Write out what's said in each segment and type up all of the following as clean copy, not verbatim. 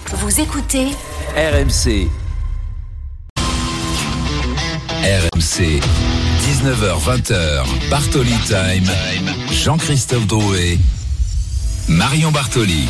Vous écoutez RMC. RMC, 19h-20h, Bartoli Time, Jean-Christophe Drouet, Marion Bartoli.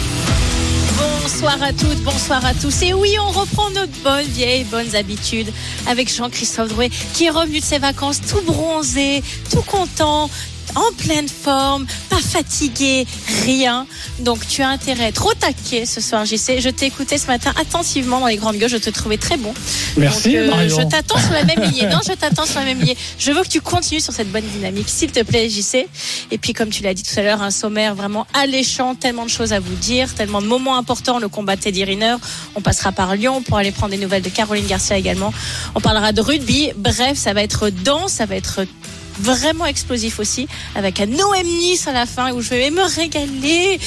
Bonsoir à toutes, bonsoir à tous. Et oui, on reprend nos bonnes habitudes avec Jean-Christophe Drouet qui est revenu de ses vacances tout bronzé, tout content, en pleine forme, pas fatigué, rien. Donc tu as intérêt à être au taquet ce soir, JC. Je t'ai écouté ce matin attentivement dans les grandes gueules, je te trouvais très bon. Merci. Donc, Marion. je t'attends sur la même lignée. Non, je t'attends sur la même lignée. Je veux que tu continues sur cette bonne dynamique, s'il te plaît, JC. Et puis comme tu l'as dit tout à l'heure, un sommaire vraiment alléchant, tellement de choses à vous dire, tellement de moments importants, le combat de Teddy Riner. On passera par Lyon pour aller prendre des nouvelles de Caroline Garcia également. On parlera de rugby. Bref, ça va être dense, ça va être vraiment explosif aussi, avec un OM Nice à la fin où je vais me régaler,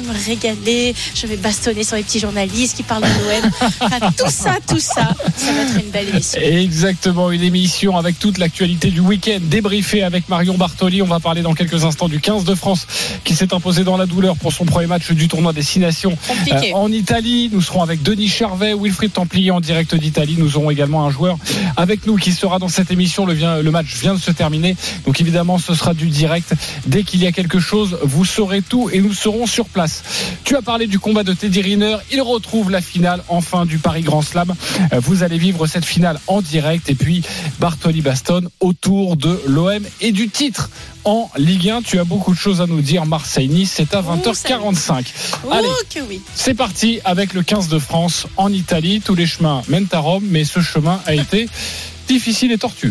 je vais bastonner sur les petits journalistes qui parlent de l'OM. Enfin, tout ça va être une belle émission. Exactement, une émission avec toute l'actualité du week-end débriefée avec Marion Bartoli. On va parler dans quelques instants du 15 de France qui s'est imposé dans la douleur pour son premier match du tournoi Destination en Italie. Nous serons avec Denis Charvet, Wilfried Templier en direct d'Italie. Nous aurons également un joueur avec nous qui sera dans cette émission. Le match vient de se terminer. Donc évidemment ce sera du direct. Dès qu'il y a quelque chose, vous saurez tout et nous serons sur place. Tu as parlé du combat de Teddy Riner. Il retrouve la finale enfin du Paris Grand Slam. Vous allez vivre cette finale en direct. Et puis Bartoli bastonne autour de l'OM et du titre en Ligue 1. Tu as beaucoup de choses à nous dire. Marseille-Nice, c'est à 20h45. Allez, que oui. C'est parti avec le 15 de France en Italie. Tous les chemins mènent à Rome, mais ce chemin a été difficile et tortueux.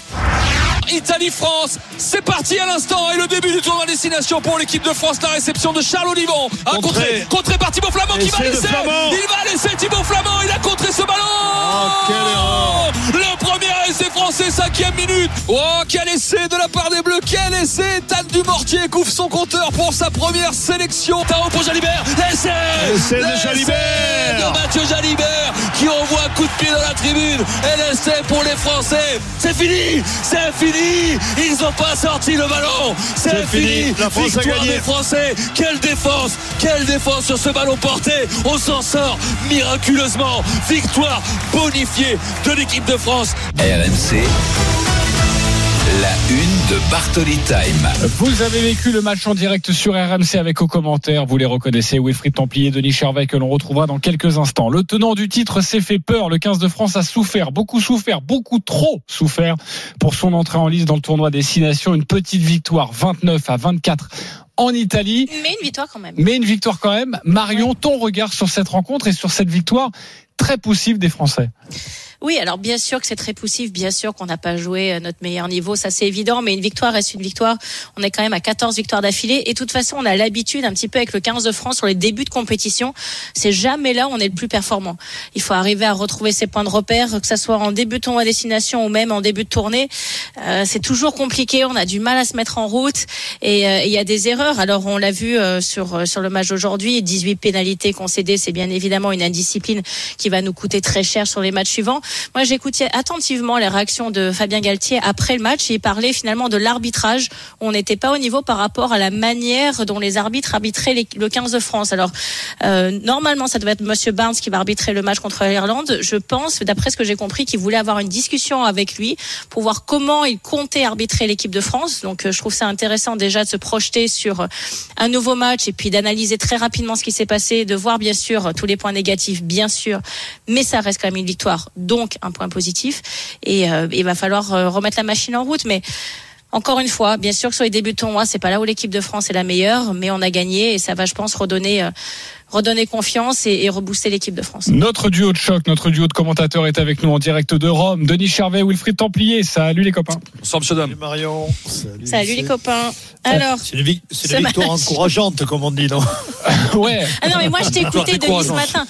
Italie-France, c'est parti à l'instant et le début du tournoi Destination pour l'équipe de France. La réception de Charles Olivon, contré par Thibaut Flamand qui va laisser. Il va laisser Thibaut Flamand, il a contré ce ballon. Quelle erreur. Le premier essai français, 5e minute. Oh, quel essai de la part des Bleus, quel essai. Dan Dumortier couvre son compteur pour sa première sélection. Tao pour Jalibert, l'essai de Jalibert de Mathieu Jalibert qui envoie un coup de pied dans la tribune. Et l'essai pour les Français. C'est fini. Ils n'ont pas sorti le ballon. C'est fini. La France Victoire a gagné. des Français. Quelle défense sur ce ballon porté. On s'en sort miraculeusement. Victoire bonifiée de l'équipe de France. RMC, la une de Bartoli Time. Vous avez vécu le match en direct sur RMC avec aux commentaires, vous les reconnaissez, Wilfried Templier, Denis Charvet, que l'on retrouvera dans quelques instants. Le tenant du titre s'est fait peur. Le 15 de France a souffert, beaucoup trop souffert pour son entrée en lice dans le tournoi Destination. Une petite victoire 29-24 en Italie. Mais une victoire quand même. Marion, ton regard sur cette rencontre et sur cette victoire très poussive des Français. Oui, alors bien sûr que c'est très poussif, bien sûr qu'on n'a pas joué notre meilleur niveau, ça c'est évident, mais une victoire reste une victoire. On est quand même à 14 victoires d'affilée et de toute façon on a l'habitude un petit peu avec le 15 de France sur les débuts de compétition, c'est jamais là où on est le plus performant. Il faut arriver à retrouver ses points de repère, que ça soit en début de tournoi Destination ou même en début de tournée. C'est toujours compliqué, on a du mal à se mettre en route et il y a des erreurs. Alors on l'a vu sur le match d'aujourd'hui, 18 pénalités concédées, c'est bien évidemment une indiscipline qui va nous coûter très cher sur les matchs suivants. Moi, j'écoutais attentivement les réactions de Fabien Galtier après le match et il parlait finalement de l'arbitrage. On n'était pas au niveau par rapport à la manière dont les arbitres arbitraient le 15 de France. Alors, normalement, ça devait être Monsieur Barnes qui va arbitrer le match contre l'Irlande. Je pense, d'après ce que j'ai compris, qu'il voulait avoir une discussion avec lui pour voir comment il comptait arbitrer l'équipe de France. Donc, je trouve ça intéressant déjà de se projeter sur un nouveau match et puis d'analyser très rapidement ce qui s'est passé, de voir bien sûr tous les points négatifs, bien sûr, mais ça reste quand même une victoire. Donc, un point positif et il va falloir remettre la machine en route, mais encore une fois, bien sûr que sur les débuts de tournoi, c'est pas là où l'équipe de France est la meilleure, mais on a gagné et ça va, je pense, redonner confiance et rebooster l'équipe de France. Notre duo de choc, notre duo de commentateurs est avec nous en direct de Rome. Denis Charvet, Wilfried Templier. Salut les copains. Bonsoir monsieur dame. Salut Marion. Salut les copains. Alors, c'est une victoire encourageante comme on dit, non? Ouais. Ah non mais moi je t'ai écouté Denis ce matin.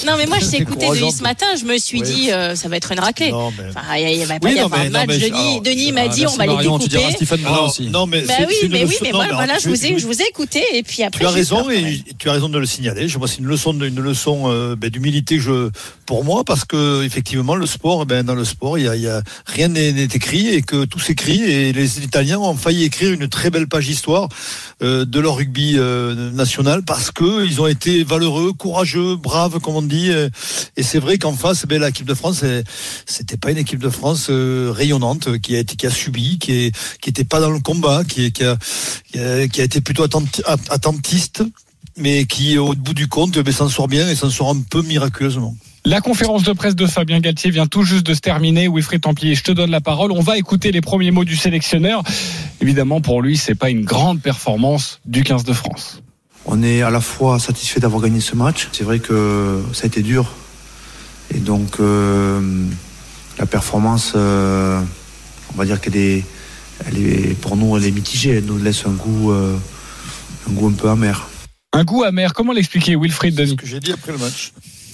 Ce matin, je me suis dit ça va être une raclée. Enfin, il va pas y avoir un match. Denis m'a dit on va les découper. Tu diras Stéphane Brun aussi. Non mais mais voilà, je vous ai écouté et puis après tu as raison de le signaler. match, moi, c'est une leçon d'humilité pour moi, parce que effectivement, le sport, dans le sport, il y a rien n'est écrit, et que tout s'écrit, et les Italiens ont failli écrire une très belle page d'histoire de leur rugby national, parce que ils ont été valeureux, courageux, braves, comme on dit, et c'est vrai qu'en face, l'équipe de France, c'était pas une équipe de France rayonnante, qui a subi, qui était pas dans le combat, qui a été plutôt attentiste, mais qui, au bout du compte, s'en sort bien, et s'en sort un peu miraculeusement. La conférence de presse de Fabien Galtier vient tout juste de se terminer. Wilfried Templier, je te donne la parole. On va écouter les premiers mots du sélectionneur. Évidemment, pour lui, c'est pas une grande performance du 15 de France. On est à la fois satisfait d'avoir gagné ce match. C'est vrai que ça a été dur. Et donc, la performance, on va dire pour nous, elle est mitigée. Elle nous laisse un goût un peu amer. Un goût amer, comment l'expliquer, Wilfried Denis? C'est ce que j'ai dit après le match.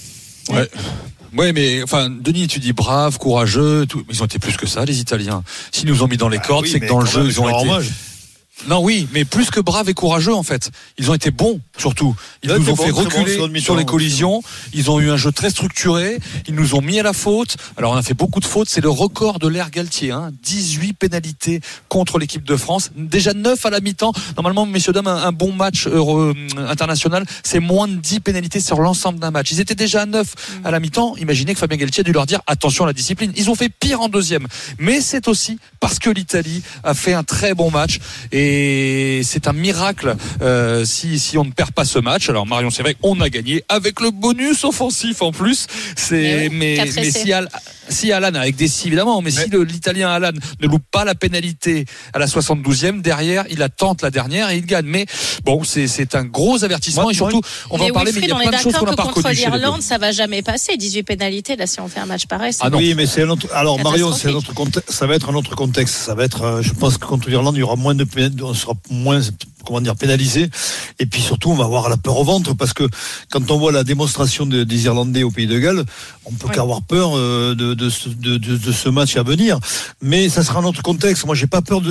Ouais, mais enfin, Denis, tu dis brave, courageux, tout. Ils ont été plus que ça, les Italiens. S'ils nous ont mis dans les cordes, c'est que dans le jeu, ils ont été. Non, oui, mais plus que braves et courageux, en fait. Ils ont été bons, surtout. Ils nous ont fait reculer sur les collisions. Ils ont eu un jeu très structuré. Ils nous ont mis à la faute. Alors, on a fait beaucoup de fautes. C'est le record de l'ère Galtier, 18 pénalités contre l'équipe de France. Déjà 9 à la mi-temps. Normalement, messieurs, dames, un bon match international, c'est moins de 10 pénalités sur l'ensemble d'un match. Ils étaient déjà à 9 à la mi-temps. Imaginez que Fabien Galtier a dû leur dire attention à la discipline. Ils ont fait pire en deuxième. Mais c'est aussi parce que l'Italie a fait un très bon match. Et c'est un miracle si on ne perd pas ce match. Alors Marion, c'est vrai qu'on a gagné avec le bonus offensif en plus. Mais si Alan, avec des si évidemment, mais si l'Italien Alan ne loupe pas la pénalité à la 72e, derrière il attente la dernière et il gagne. Mais bon, c'est un gros avertissement, et surtout on va en parler, mais il y a plein de choses qu'on n'a pas reconnues. Contre l'Irlande, ça va jamais passer. 18 pénalités là, si on fait un match pareil. Oui, mais c'est un autre. Alors Marion, c'est un autre contexte. Ça va être un autre contexte. Ça va être. Je pense que contre l'Irlande, il y aura moins de pénalités. On sera moins pénalisé, et puis surtout on va avoir la peur au ventre, parce que quand on voit la démonstration des Irlandais au Pays de Galles, on peut qu'avoir peur de ce match à venir, mais ça sera un autre contexte. Moi j'ai pas peur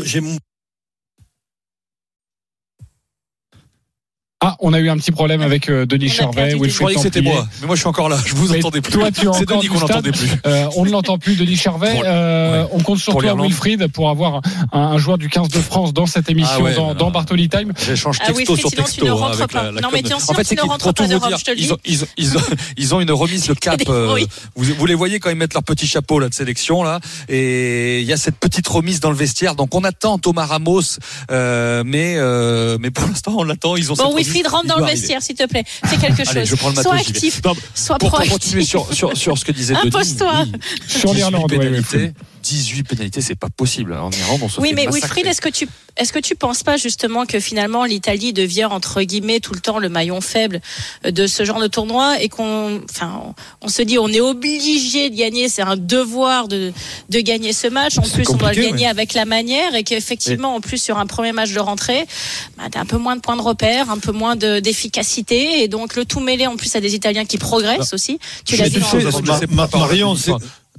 on a eu un petit problème avec Denis Charvet. Je croyais que c'était moi, mais moi je suis encore là, je vous entendais plus. Toi, c'est Denis qu'on n'entendait plus. On ne l'entend plus, Denis Charvet. On compte sur toi, Wilfried, pour avoir un joueur du 15 de France dans cette émission, dans Bartoli Time. J'échange texto sur texto. En fait, c'est pour tout vous dire, ils ont une remise de cap. Vous les voyez quand ils mettent leur petit chapeau là de sélection là, et il y a cette petite remise dans le vestiaire. Donc on attend Thomas Ramos, mais pour l'instant on l'attend. Ils ont Wilfried, rentre dans le vestiaire, s'il te plaît. Fais quelque chose. Je prends le matos, sois actif, sois proactif. Pour continuer sur ce que disait Denis. Impose-toi. Sur l'Irlande, 18 pénalités, c'est pas possible. En Irlande, on se fait mais massacrer. Wilfried, est-ce que tu penses pas justement que finalement l'Italie devient entre guillemets tout le temps le maillon faible de ce genre de tournoi, et on se dit on est obligé de gagner, c'est un devoir de gagner ce match. En plus, on doit le gagner avec la manière, et qu'effectivement en plus sur un premier match de rentrée, t'as un peu moins de points de repère, un peu moins d'efficacité, et donc le tout mêlé en plus à des Italiens qui progressent aussi. Tu l'as dit. Marion, c'est.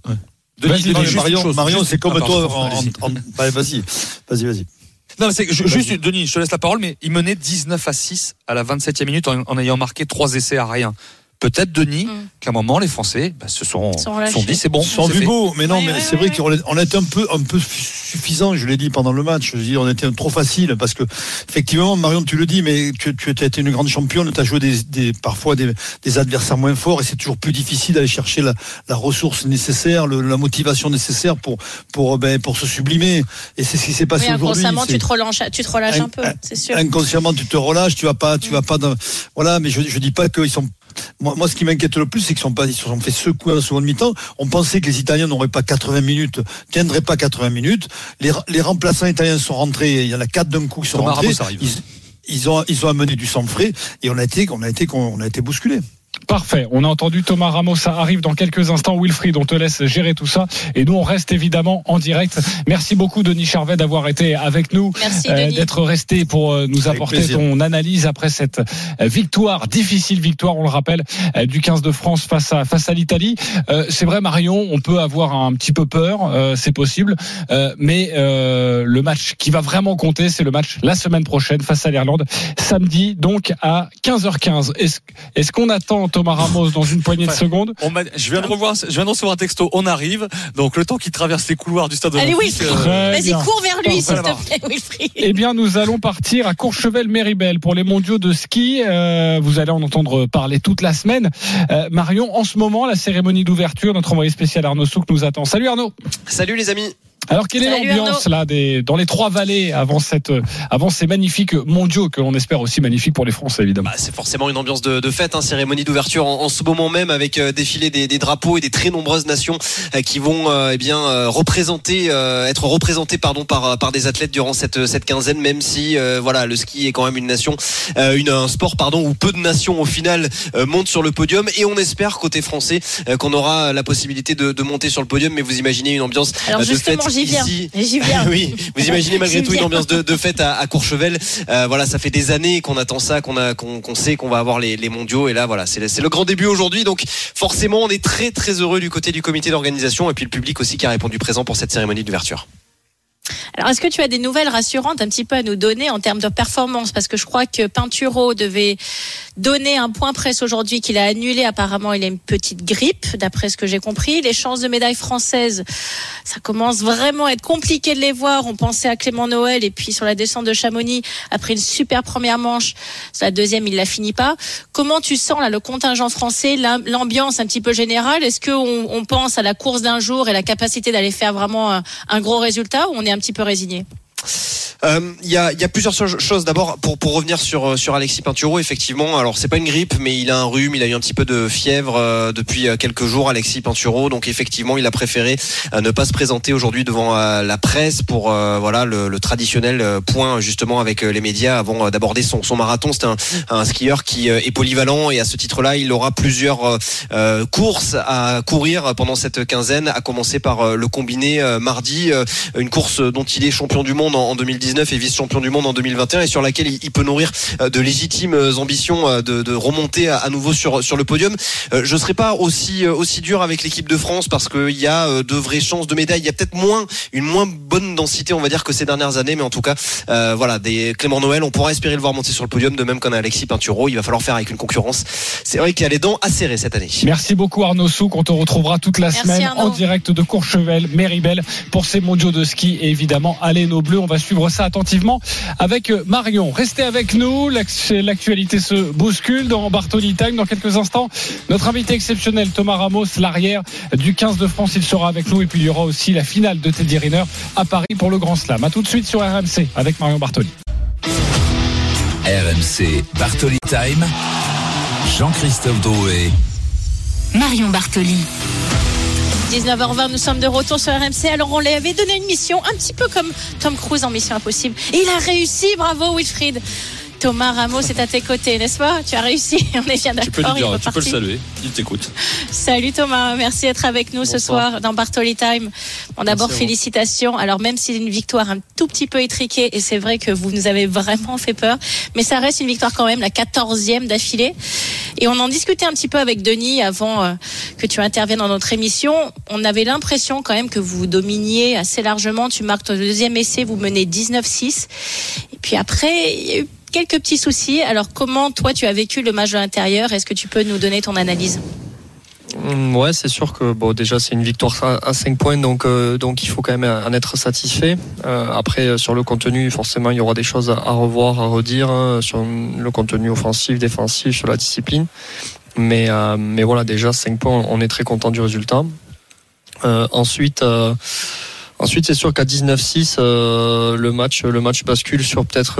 Marion, c'est comme toi. Vas-y. Non, mais juste, Denis, je te laisse la parole, mais il menait 19-6 à la 27e minute en ayant marqué 3 essais à rien. Peut-être, Denis, qu'à un moment, les Français se sont dit, c'est bon. Ils sont vu beau, mais non, mais c'est vrai qu'on était un peu suffisant, je l'ai dit pendant le match. Je dis, on était trop facile, parce que, effectivement, Marion, tu le dis, mais tu as été une grande championne, tu as joué parfois des adversaires moins forts, et c'est toujours plus difficile d'aller chercher la ressource nécessaire, la motivation nécessaire pour se sublimer. Et c'est ce qui s'est passé aujourd'hui. Inconsciemment, tu te relâches un peu, c'est sûr. Inconsciemment, tu te relâches, tu vas pas voilà, mais je dis pas qu'ils sont. Moi, ce qui m'inquiète le plus, c'est qu'ils se sont fait secouer en seconde mi-temps. On pensait que les Italiens n'auraient pas 80 minutes, tiendraient pas 80 minutes. Les remplaçants italiens sont rentrés. Il y en a 4 d'un coup qui sont rentrés. Ils ont amené du sang frais, et on a été bousculés. Parfait. On a entendu Thomas Ramos. Ça arrive dans quelques instants. Wilfried, on te laisse gérer tout ça. Et nous, on reste évidemment en direct. Merci beaucoup, Denis Charvet, d'avoir été avec nous. Merci, Denis. D'être resté pour nous apporter ton analyse après cette difficile victoire, on le rappelle, du 15 de France face à l'Italie. C'est vrai, Marion, on peut avoir un petit peu peur. C'est possible. Mais le match qui va vraiment compter, c'est le match la semaine prochaine face à l'Irlande. Samedi, donc, à 15h15. Est-ce qu'on attend Thomas Ramos dans une poignée de secondes? Je viens de recevoir un texto. On arrive. Donc le temps qu'il traverse les couloirs du stade Allez, olympique. Vas-y, cours vers lui, s'il te plaît, Wilfried. Eh bien, nous allons partir à Courchevel-Méribel pour les mondiaux de ski. Vous allez en entendre parler toute la semaine. Marion, en ce moment, la cérémonie d'ouverture, notre envoyé spécial Arnaud Souk nous attend. Salut Arnaud. Salut les amis. Alors, quelle est l'ambiance là dans les trois vallées avant ces magnifiques mondiaux que l'on espère aussi magnifiques pour les Français, évidemment? C'est forcément une ambiance de fête, cérémonie d'ouverture en ce moment même, avec défilé des drapeaux et des très nombreuses nations qui vont être représentées par des athlètes durant cette quinzaine, même si le ski est quand même un sport où peu de nations au final montent sur le podium, et on espère côté français qu'on aura la possibilité de monter sur le podium. Mais vous imaginez une ambiance de fête. J'y viens. Oui, vous imaginez malgré tout une ambiance de fête à Courchevel. Ça fait des années qu'on attend ça, qu'on sait qu'on va avoir les mondiaux, et là c'est le grand début aujourd'hui. Donc forcément, on est très très heureux du côté du comité d'organisation, et puis le public aussi qui a répondu présent pour cette cérémonie d'ouverture. Alors, est-ce que tu as des nouvelles rassurantes un petit peu à nous donner en termes de performance? Parce que je crois que Pinturo devait donner un point presse aujourd'hui qu'il a annulé. Apparemment, il a une petite grippe, d'après ce que j'ai compris. Les chances de médaille française, ça commence vraiment à être compliqué de les voir. On pensait à Clément Noël, et puis sur la descente de Chamonix, après une super première manche, sur la deuxième, il la finit pas. Comment tu sens là le contingent français, l'ambiance un petit peu générale? Est-ce qu'on pense à la course d'un jour et la capacité d'aller faire vraiment un gros résultat, ou on est un petit peu résigné? Il y a plusieurs choses. D'abord, pour revenir sur Alexis Pinturo, effectivement, alors c'est pas une grippe, mais il a un rhume, il a eu un petit peu de fièvre depuis quelques jours, Alexis Pinturo. Donc effectivement, il a préféré ne pas se présenter aujourd'hui devant la presse pour le traditionnel point justement avec les médias avant d'aborder son marathon. C'est un skieur qui est polyvalent, et à ce titre-là, il aura plusieurs courses à courir pendant cette quinzaine, à commencer par le combiné mardi, une course dont il est champion du monde en 2019 et vice-champion du monde en 2021, et sur laquelle il peut nourrir de légitimes ambitions de remonter à nouveau sur le podium. Je serai pas aussi dur avec l'équipe de France, parce qu'il y a de vraies chances de médailles. Il y a peut-être une moins bonne densité, on va dire, que ces dernières années, mais en tout cas des Clément Noël, on pourra espérer le voir monter sur le podium, de même qu'un Alexis Pinturo. Il va falloir faire avec une concurrence, c'est vrai, qu'il y a les dents acérées cette année. Merci beaucoup Arnaud Souk, on te retrouvera toute la semaine en direct de Courchevel-Méribel pour ces mondiaux de ski, et évidemment allez nos bleus. On va suivre ça attentivement avec Marion. Restez avec nous, l'actualité se bouscule dans Bartoli Time. Dans quelques instants, notre invité exceptionnel Thomas Ramos, l'arrière du 15 de France, il sera avec nous, et puis il y aura aussi la finale de Teddy Riner à Paris pour le Grand Slam. A tout de suite sur RMC avec Marion Bartoli. RMC Bartoli Time, Jean-Christophe Drouet, Marion Bartoli. 19h20, nous sommes de retour sur RMC. Alors, on lui avait donné une mission, un petit peu comme Tom Cruise en Mission Impossible. Et il a réussi, bravo Wilfried. Thomas Ramos est à tes côtés, n'est-ce pas? Tu as réussi, on est bien d'accord. Tu peux le saluer, il t'écoute. Salut Thomas, merci d'être avec nous. Bonsoir. Ce soir dans Bartoli Time. Bon, d'abord, félicitations. Alors, même si c'est une victoire un tout petit peu étriquée, et c'est vrai que vous nous avez vraiment fait peur, mais ça reste une victoire quand même, la 14e d'affilée. Et on en discutait un petit peu avec Denis avant que tu interviennes dans notre émission. On avait l'impression quand même que vous dominiez assez largement. Tu marques ton deuxième essai, vous menez 19-6. Et puis après, il y a eu quelques petits soucis. Alors comment toi tu as vécu le match de l'intérieur? Est-ce que tu peux nous donner ton analyse? Ouais, c'est sûr que déjà c'est une victoire à 5 points, donc il faut quand même en être satisfait. Après, sur le contenu, forcément il y aura des choses à revoir, à redire, sur le contenu offensif, défensif, sur la discipline, mais voilà, déjà 5 points, on est très content du résultat. Ensuite, c'est sûr qu'à 19-6, le match bascule sur peut-être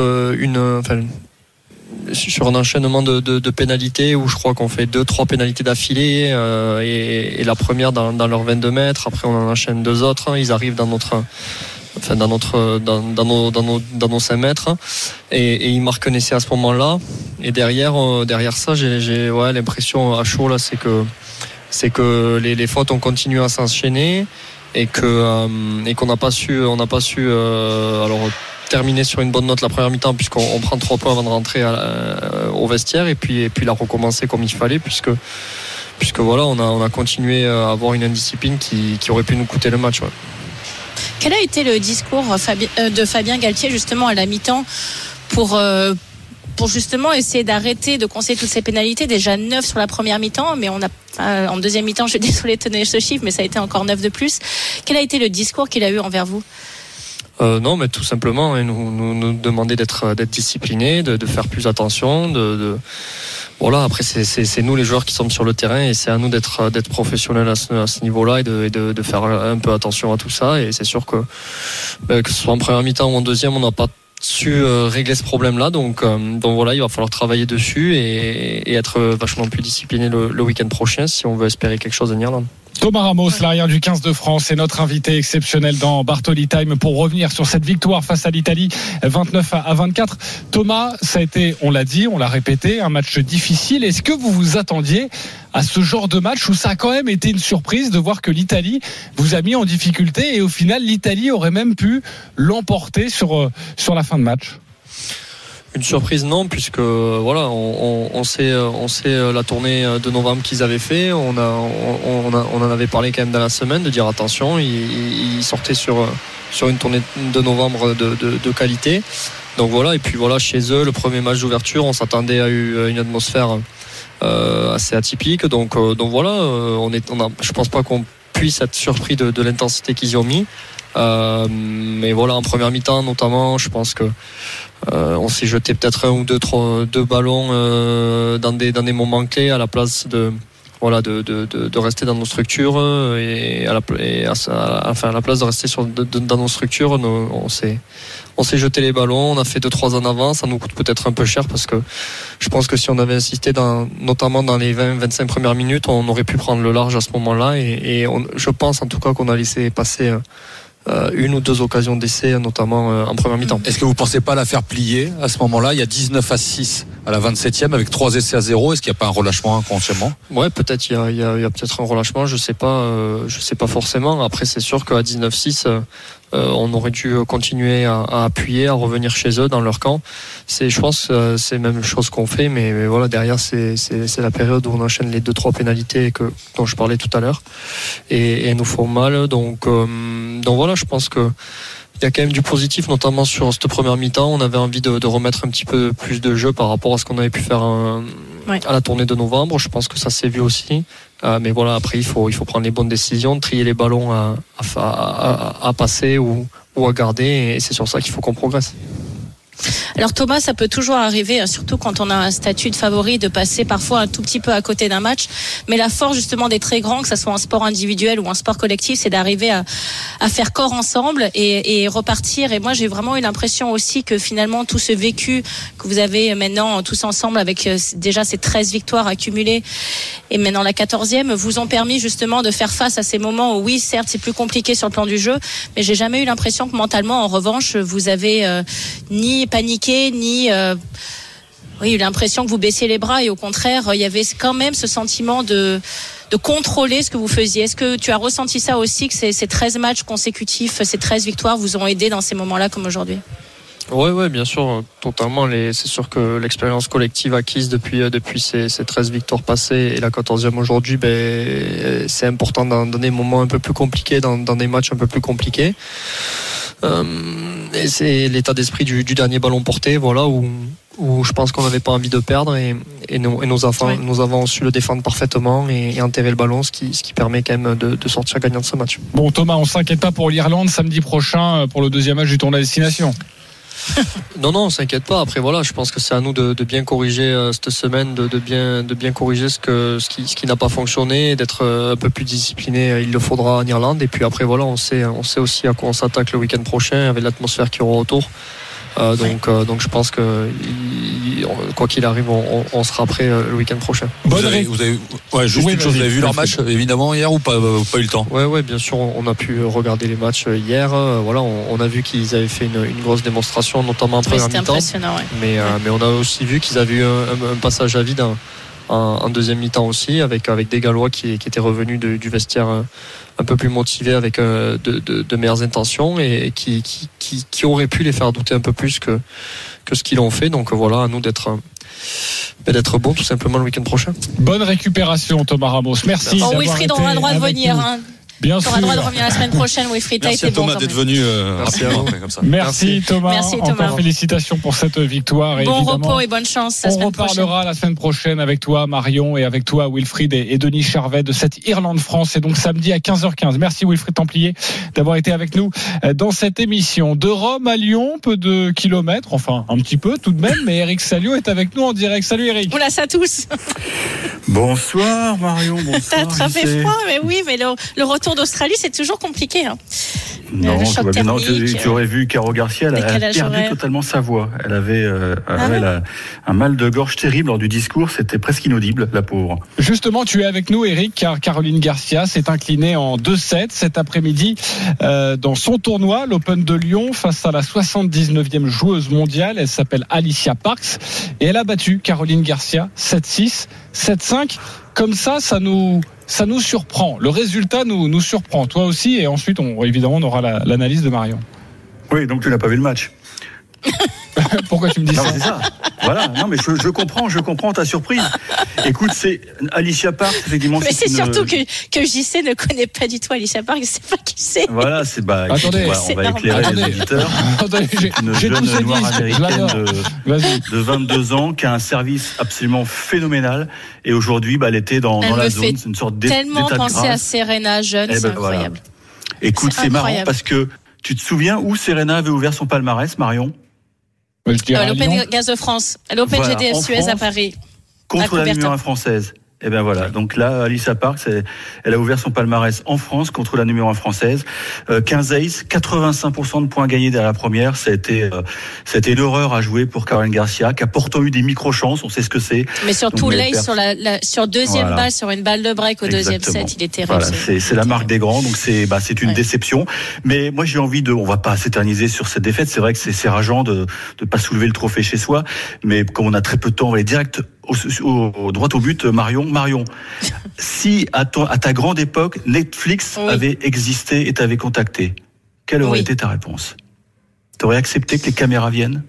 sur un enchaînement de pénalités, où je crois qu'on fait 2-3 pénalités d'affilée, et la première dans leurs 22 mètres. Après, on en enchaîne 2 autres. Ils arrivent dans enfin dans nos 5 mètres, et il marque un essai à ce moment-là. Et derrière ça, j'ai l'impression à chaud là, c'est que les fautes ont continué à s'enchaîner et qu'on n'a pas su terminer sur une bonne note la première mi-temps, puisqu'on prend 3 points avant de rentrer au vestiaire, et puis la recommencer comme il fallait, puisque voilà, on a continué à avoir une indiscipline qui aurait pu nous coûter le match. Ouais. Quel a été le discours de Fabien Galtier justement à la mi-temps pour justement essayer d'arrêter de concéder toutes ces pénalités? Déjà 9 sur la première mi-temps, mais en deuxième mi-temps, je suis désolée de tenir ce chiffre, mais ça a été encore 9 de plus. Quel a été le discours qu'il a eu envers vous? Non, mais tout simplement, nous demander d'être disciplinés, de faire plus attention, voilà. Après, c'est nous les joueurs qui sommes sur le terrain, et c'est à nous d'être professionnels à ce niveau-là, et de faire un peu attention à tout ça. Et c'est sûr que ce soit en première mi-temps ou en deuxième, on n'a pas su régler ce problème-là. Donc voilà, il va falloir travailler dessus et être vachement plus discipliné le week-end prochain si on veut espérer quelque chose en Irlande. Thomas Ramos, l'arrière du 15 de France, est notre invité exceptionnel dans Bartoli Time pour revenir sur cette victoire face à l'Italie 29-24. Thomas, ça a été, on l'a dit, on l'a répété, un match difficile. Est-ce que vous vous attendiez à ce genre de match où ça a quand même été une surprise de voir que l'Italie vous a mis en difficulté, et au final l'Italie aurait même pu l'emporter sur la fin de match? Une surprise, non, puisque voilà, on sait la tournée de novembre qu'ils avaient fait. On en avait parlé quand même dans la semaine, de dire attention, ils sortaient sur une tournée de novembre de qualité. Donc voilà, et puis voilà, chez eux, le premier match d'ouverture, on s'attendait à une atmosphère assez atypique. Donc voilà, je pense pas qu'on puisse être surpris de l'intensité qu'ils y ont mis. Mais voilà, en première mi-temps notamment, je pense que on s'est jeté peut-être 1 ou 2 ballons dans des moments clés, à la place de rester dans nos structures, et à la place de rester dans nos structures, on s'est jeté les ballons, on a fait 2-3 en avant. Ça nous coûte peut-être un peu cher, parce que je pense que si on avait insisté notamment dans les 20-25 premières minutes, on aurait pu prendre le large à ce moment-là, et je pense en tout cas qu'on a laissé passer 1 ou 2 occasions d'essai, notamment en première mi-temps. Est-ce que vous ne pensez pas la faire plier à ce moment-là? Il y a 19-6 à la 27e avec 3 essais à 0. Est-ce qu'il n'y a pas un relâchement inconsciemment? Ouais, peut-être il y a peut-être un relâchement, je sais pas forcément. Après, c'est sûr qu'à 19-6 on aurait dû continuer à appuyer, à revenir chez eux dans leur camp. Je pense que c'est la même chose qu'on fait, mais voilà, derrière c'est la période où on enchaîne les 2-3 pénalités dont je parlais tout à l'heure, et elles nous font mal. Donc voilà, je pense que il y a quand même du positif, notamment sur cette première mi-temps. On avait envie de remettre un petit peu plus de jeu par rapport à ce qu'on avait pu faire à la tournée de novembre. Je pense que ça s'est vu aussi. Mais voilà, après il faut prendre les bonnes décisions, trier les ballons à passer ou à garder, et c'est sur ça qu'il faut qu'on progresse. Alors Thomas, ça peut toujours arriver, surtout quand on a un statut de favori, de passer parfois un tout petit peu à côté d'un match. Mais la force justement des très grands, que ce soit un sport individuel ou un sport collectif, c'est d'arriver à faire corps ensemble et repartir. Et moi, j'ai vraiment eu l'impression aussi que finalement tout ce vécu que vous avez maintenant tous ensemble, avec déjà ces 13 victoires accumulées et maintenant la 14e, vous ont permis justement de faire face à ces moments où oui, certes, c'est plus compliqué sur le plan du jeu, mais j'ai jamais eu l'impression que mentalement, en revanche, vous avez ni paniqué, ni eu l'impression que vous baissiez les bras, et au contraire, il y avait quand même ce sentiment de contrôler ce que vous faisiez. Est-ce que tu as ressenti ça aussi, que ces 13 matchs consécutifs, ces 13 victoires vous ont aidé dans ces moments-là comme aujourd'hui? Ouais, bien sûr, totalement. C'est sûr que l'expérience collective acquise depuis ces 13 victoires passées et la 14e aujourd'hui, c'est important dans des moments un peu plus compliqués, dans des matchs un peu plus compliqués. Et c'est l'état d'esprit du dernier ballon porté, voilà, où je pense qu'on n'avait pas envie de perdre, et nous avons su le défendre parfaitement et enterrer le ballon, ce qui permet quand même de sortir gagnant de ce match. Bon, Thomas, on s'inquiète pas pour l'Irlande samedi prochain pour le 2e match du tournoi à destination? Non, on s'inquiète pas. Après voilà, je pense que c'est à nous de bien corriger cette semaine, de bien corriger ce qui n'a pas fonctionné, d'être un peu plus discipliné. Il le faudra en Irlande, et puis après voilà, on sait aussi à quoi on s'attaque le week-end prochain, avec l'atmosphère qu'il y aura autour. Donc je pense que quoi qu'il arrive, on sera prêt le week-end prochain. Vous avez vu leur match évidemment hier ou pas eu le temps? Ouais, bien sûr, on a pu regarder les matchs hier. Voilà, on a vu qu'ils avaient fait une grosse démonstration, notamment en première mi-temps. Mais on a aussi vu qu'ils avaient eu un passage à vide en deuxième mi-temps aussi, avec des Gallois qui étaient revenus du vestiaire un peu plus motivés, avec de meilleures intentions, et qui auraient pu les faire douter un peu plus que ce qu'ils ont fait. Donc voilà, à nous d'être bons tout simplement le week-end prochain. Bonne récupération Thomas Ramos, merci. Wilfried, on a le droit de venir. Bien sûr. Tu auras le droit de revenir la semaine prochaine, Wilfried. Merci à Thomas d'être venu. Merci Thomas. Encore félicitations pour cette victoire. Et bon repos et bonne chance la semaine prochaine. On reparlera la semaine prochaine avec toi Marion et avec toi Wilfried et Denis Charvet de cette Irlande-France. C'est donc samedi à 15h15. Merci Wilfried Templier d'avoir été avec nous dans cette émission. De Rome à Lyon, peu de kilomètres, enfin un petit peu tout de même, mais Eric Salio est avec nous en direct. Salut Eric. Oula, ça tous. Bonsoir Marion, bonsoir. Ça fait froid, mais oui, mais le retour d'Australie, c'est toujours compliqué. Non, tu aurais vu Caro Garcia, elle a perdu totalement sa voix. Elle avait un mal de gorge terrible lors du discours, c'était presque inaudible, la pauvre. Justement, tu es avec nous, Eric, car Caroline Garcia s'est inclinée en 2-7 cet après-midi dans son tournoi, l'Open de Lyon, face à la 79e joueuse mondiale. Elle s'appelle Alicia Parks et elle a battu Caroline Garcia 7-6, 7-5. Comme ça nous surprend. Le résultat nous surprend. Toi aussi. Et ensuite, évidemment, on aura l'analyse de Marion. Oui, donc tu n'as pas vu le match. Pourquoi tu me dis ça? C'est ça. Voilà. Non, mais je comprends ta surprise. Écoute, c'est Alicia Parks, effectivement. Mais c'est surtout que JC ne connaît pas du tout Alicia Parks. Je sais pas qui c'est. Voilà, Attendez, on va éclairer les auditeurs. Une jeune noire américaine de 22 ans qui a un service absolument phénoménal. Et aujourd'hui, elle était dans la zone. C'est une sorte d'état de grâce. Tellement penser à Serena jeune, c'est incroyable. Voilà. Écoute, c'est marrant parce que tu te souviens où Serena avait ouvert son palmarès, Marion? L'Open Gaz de France, l'Open GDF Suez à Paris. Contre la numéro 1 française. Et bien voilà, donc là, Alicia Parks, elle a ouvert son palmarès en France contre la numéro 1 française. 15 aces, 85% de points gagnés derrière la première. Ça a été une horreur à jouer pour Caroline Garcia, qui a pourtant eu des micro-chances, on sait ce que c'est. Mais surtout, l'ace sur deuxième balle, sur une balle de break au deuxième set, il est terrible. Voilà, c'est la marque des grands, donc c'est une déception. Mais moi, j'ai envie on va pas s'éterniser sur cette défaite. C'est vrai que c'est rageant de pas soulever le trophée chez soi. Mais comme on a très peu de temps, on va aller direct droit au but. Marion, si à ta grande époque Netflix avait existé et t'avait contacté, quelle aurait été ta réponse? T'aurais accepté que les caméras viennent?